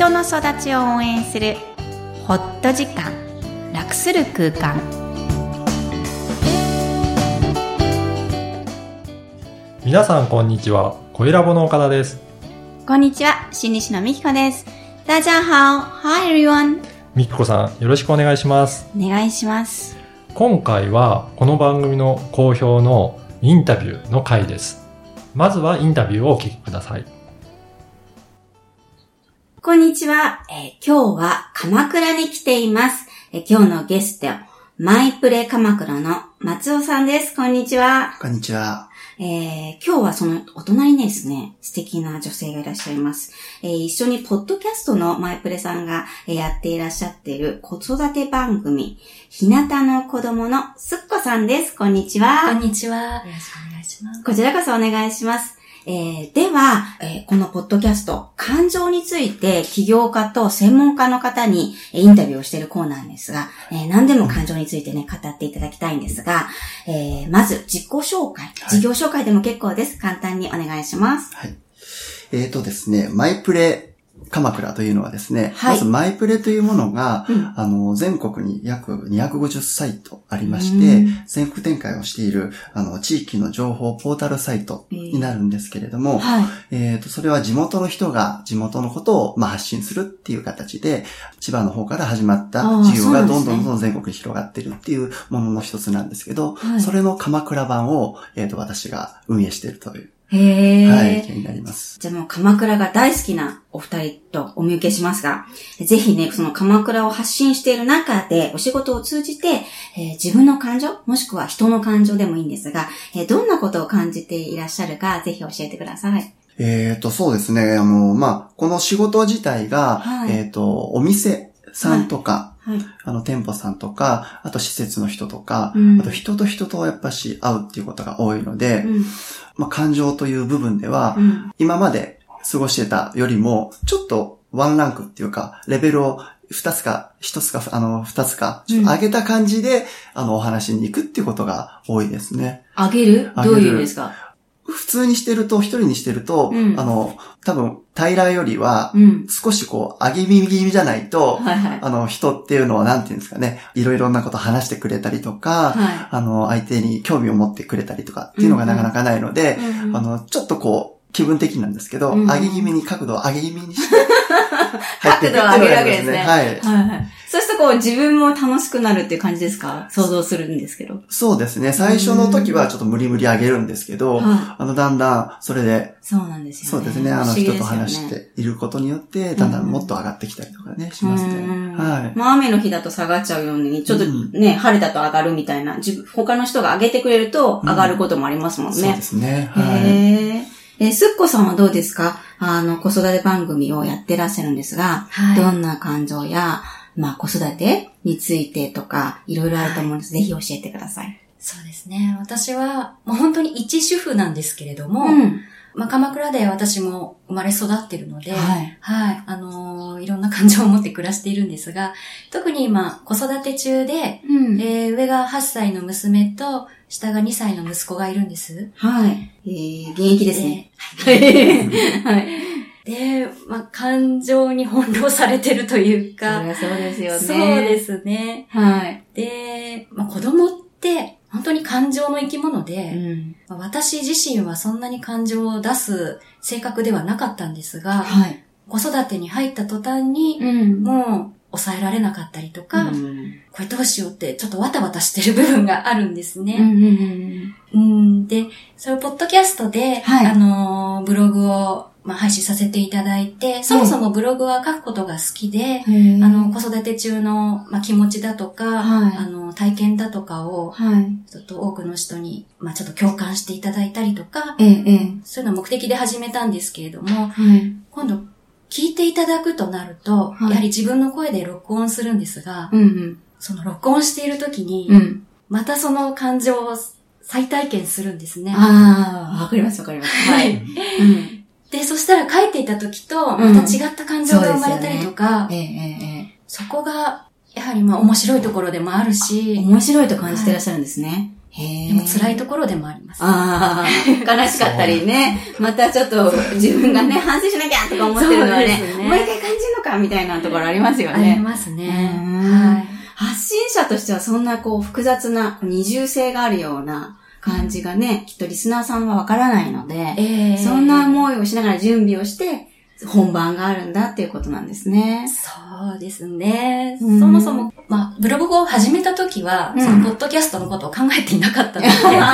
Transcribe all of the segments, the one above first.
人の育ちを応援するホット時間、楽する空間。 皆さんこんにちは、声ラボの岡田です。 こんにちは、新西野美希子です。大家好。Hi everyone。 美希子さん、よろしくお願いします。 お願いします。 今回はこの番組の好評のインタビューの回です。まずはインタビューをお聞きください。 こんにちは。今日は鎌倉に来ています。今日のゲスト、マイプレ鎌倉の松尾さんです。こんにちは。 こんにちは。 今日はそのお隣にですね、素敵な女性がいらっしゃいます。一緒にポッドキャストのマイプレさんがやっていらっしゃっている子育て番組、日向の子供のすっこさんです。こんにちは。 こんにちは。よろしくお願いします。 こちらこそお願いします。では、このポッドキャスト、感情について起業家と専門家の方にインタビューをしているコーナーですが、何でも感情についてね、語っていただきたいんですが、まず自己紹介、事業紹介でも結構です。簡単にお願いします。 はい。ですね、マイプレ鎌倉というのはですね、 はい、 まずマイプレというものが、全国に約250サイトありまして、全国展開をしている、地域の情報ポータルサイトになるんですけれども、それは地元の人が地元のことを、発信するっていう形で、千葉の方から始まった事業がどんどん全国に広がっているっていうものの一つなんですけど、それの鎌倉版を、私が運営しているという。はい、気になります。 じゃあもう鎌倉が大好きなお二人とお見受けしますが、ぜひね、その鎌倉を発信している中で、お仕事を通じて、自分の感情、もしくは人の感情でもいいんですが、どんなことを感じていらっしゃるか、ぜひ教えてください。 そうですね、この仕事自体が、お店さんとか、店舗さんとか、あと施設の人とか、あと人と人とやっぱし会うっていうことが多いので、感情という部分では、今まで過ごしてたよりも、ちょっとワンランクっていうか、レベルを2つか、ちょっと上げた感じで、お話に行くっていうことが多いですね。 上げる？どういう意味ですか？ 普通にしてると、一人にしてると、多分、平よりは、少し上げ耳気味じゃないと、人っていうのはなんていうんですかね、いろいろなこと話してくれたりとか、相手に興味を持ってくれたりとかっていうのがなかなかないので、ちょっと気分的なんですけど、上げ気味に角度を上げ気味にして、 角度を上げるわけですね。 はい。 そうすると自分も楽しくなるっていう感じですか？想像するんですけど。 そうですね。最初の時はちょっと無理上げるんですけど、だんだんそれで、 そうなんですよね。 そうですね。人と話していることによって、だんだんもっと上がってきたりとかね、しますね。はい。 雨の日だと下がっちゃうように、ちょっとね、晴れだと上がるみたいな、他の人が上げてくれると上がることもありますもんね。 そうですね。はい。 すっこさんはどうですか？子育て番組をやってらっしゃるんですが、どんな感情や、子育てについてとか、いろいろあると思うんです。ぜひ教えてください。 そうですね。私は、もう本当に一主婦なんですけれども、鎌倉で私も生まれ育っているので、いろんな感情を持って暮らしているんですが、特に今、子育て中で、上が8歳の娘と、下が2歳の息子がいるんです。 はい。現役ですね。 はい。で、感情に翻弄されてるというか。 そうですよね。 そうですね。 はい。 で、子供って本当に感情の生き物で、私自身はそんなに感情を出す性格ではなかったんですが、子育てに入った途端に、もう抑えられなかったりとか、これどうしようってちょっとワタワタしてる部分があるんですね。で、それをポッドキャストで、ブログを配信させていただいて、そもそもブログは書くことが好きで、子育て中の、気持ちだとか、体験だとかを、ちょっと多くの人に、ちょっと共感していただいたりとか、そういうのを目的で始めたんですけれども、今度、聞いていただくとなると、やはり自分の声で録音するんですが、その録音している時に、またその感情を再体験するんですね。 わかります。はい。 で、そしたら書いていた時と、また違った感情が生まれたりとか、そこが、やはり面白いところでもあるし、 面白いと感じていらっしゃるんですね。 でも辛いところでもあります。 ああ、悲しかったりね。またちょっと自分がね、反省しなきゃとか思ってるのはね、もう一回感じるのかみたいなところありますよね。 ありますね。はい。 発信者としてはそんな複雑な二重性があるような感じがね、きっとリスナーさんはわからないので、そんな思いをしながら準備をして、本番があるんだっていうことなんですね。 そうですね。そもそも、ブログを始めた時は、そのポッドキャストのことを考えていなかったので、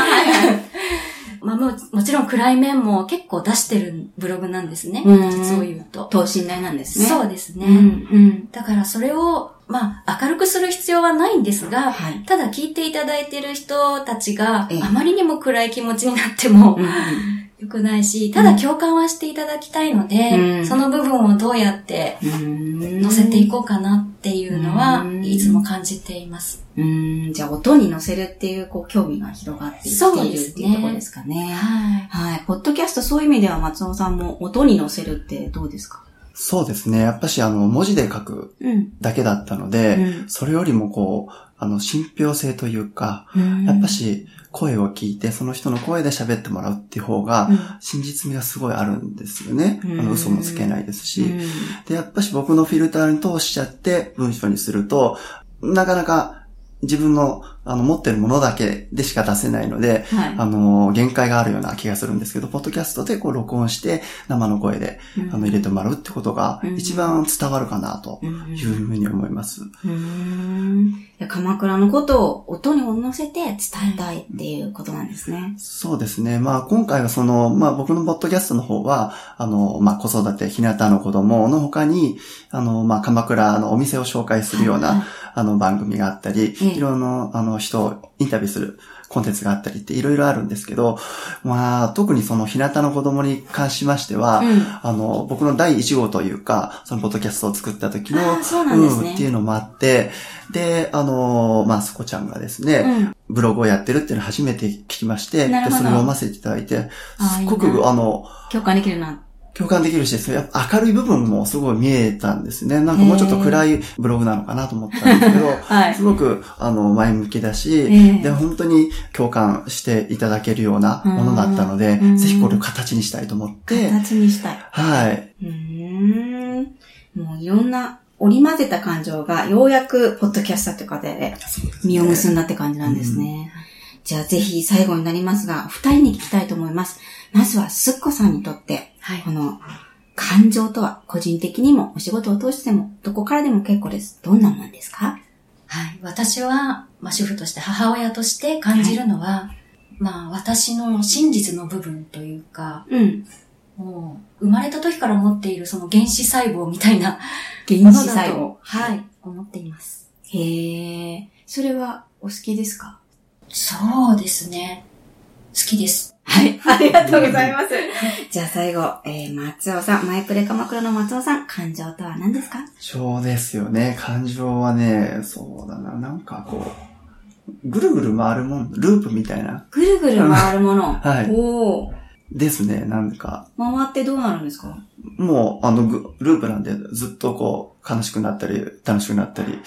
もちろん暗い面も結構出してるブログなんですね。実を言うと。 等身大なんですね。 そうですね。だからそれを、明るくする必要はないんですが、ただ聞いていただいている人たちがあまりにも暗い気持ちになっても、良くないし、ただ共感はしていただきたいので、その部分をどうやって乗せていこうかなっていうのは、いつも感じています。 じゃあ音に乗せるっていう興味が広がっていっているっていうところですかね。はい。ポッドキャストそういう意味では松尾さんも音に乗せるってどうですか？ そうですね。やっぱし文字で書くだけだったので、それよりも信憑性というか、やっぱし声を聞いて、その人の声で喋ってもらうっていう方が、真実味がすごいあるんですよね。嘘もつけないですし。で、やっぱし僕のフィルターに通しちゃって文章にすると、なかなか自分の持ってるものだけでしか出せないので、限界があるような気がするんですけど、ポッドキャストで録音して生の声で入れてもらうってことが一番伝わるかなというふうに思います。 鎌倉のことを音に乗せて伝えたいっていうことなんですね。 そうですね。今回は僕のポッドキャストの方は、子育て、日向の子供の他に、鎌倉のお店を紹介するような、番組があったり、いろんな、人をインタビューするコンテンツがあったりっていろいろあるんですけど、特にその日向の子供に関しましては、僕の第1号というか、そのポッドキャストを作った時の、っていうのもあって、で、すこちゃんがですね、ブログをやってるっていうのを初めて聞きまして、でそれを読ませていただいて、すごく、共感できるな。 共感できるし、やっぱ明るい部分もすごい見えたんですね。なんかもうちょっと暗いブログなのかなと思ったんですけど、すごく前向きだし、で本当に共感していただけるようなものだったので、ぜひこれを形にしたいと思って。 形にしたい。 はい。 もういろんな織り交ぜた感情がようやくポッドキャスターという方で実を結んだって感じなんですね。じゃあぜひ最後になりますが、二人に聞きたいと思います。まずはすっこさんにとって、この感情とは個人的にもお仕事を通してもどこからでも結構です。どんなもんですか？ はい。私は、主婦として母親として感じるのは、私の真実の部分というか、もう生まれた時から持っているその原子細胞みたいな原子細胞。 はい。思っています。 へー。それはお好きですか？ そうですね。好きです。 はい。ありがとうございます。じゃあ最後、松尾さん、マイクレ鎌倉の松尾さん、感情とは何ですか？ そうですよね。感情はね、そうだな。なんかぐるぐる回るもん、ループみたいな。 ぐるぐる回るもの。 はい。 おー。 ですね、なんか。 回ってどうなるんですか？ もう、ループなんでずっと悲しくなったり、楽しくなったり、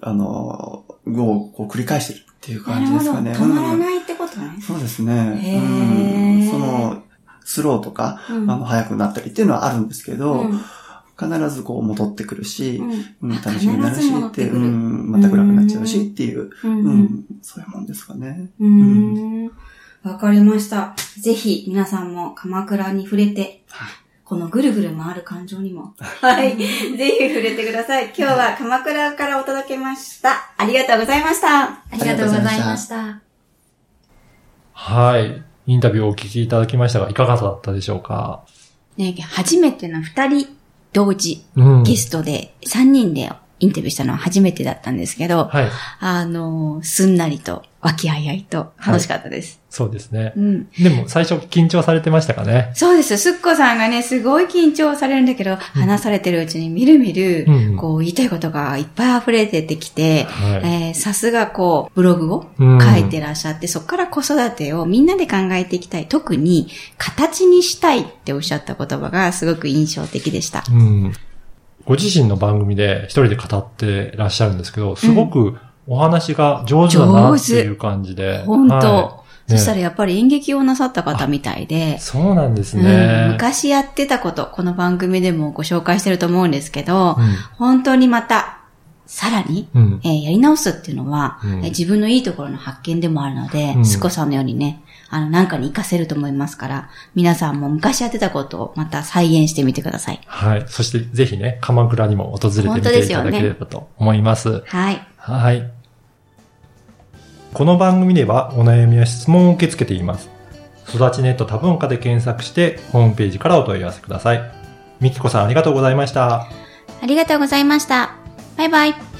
繰り返してるっていう感じですかね。 止まらないってことね。 そうですね。スローとか、速くなったりっていうのはあるんですけど、必ず戻ってくるし、楽しみになるしって、また暗くなっちゃうしっていう、そういうもんですかね。 わかりました。ぜひ皆さんも鎌倉に触れて、このぐるぐる回る感情にも、はい、ぜひ触れてください。今日は鎌倉からお届けました。ありがとうございました。 ありがとうございました。 はい。インタビューをお聞きいただきましたが、いかがだったでしょうか？ ね、初めての2人同時、ゲストで3人でインタビューしたのは初めてだったんですけど、すんなりと、和気あいあいと楽しかったです。 そうですね。でも最初緊張されてましたかね？ そうです。すっこさんがね、すごい緊張されるんだけど、話されてるうちにみるみる、言いたいことがいっぱい溢れ出てきて、さすがブログを書いてらっしゃって、そこから子育てをみんなで考えていきたい。特に、形にしたいっておっしゃった言葉がすごく印象的でした。 ご自身の番組で一人で語ってらっしゃるんですけど、すごくお話が上手だなっていう感じで。 本当、そしたらやっぱり演劇をなさった方みたいで。 そうなんですね、 昔やってたこと、この番組でもご紹介してると思うんですけど、本当にまた、さらに、やり直すっていうのは、自分のいいところの発見でもあるので、スコさんのようにね、なんかに活かせると思いますから、皆さんも昔やってたことをまた再現してみてください。 はい。そしてぜひね、鎌倉にも訪れてみていただければと思います。 はい。 はい。この番組ではお悩みや質問を受け付けています。育ちネット多文化で検索してホームページからお問い合わせください。みきこさんありがとうございました。 ありがとうございました。バイバイ。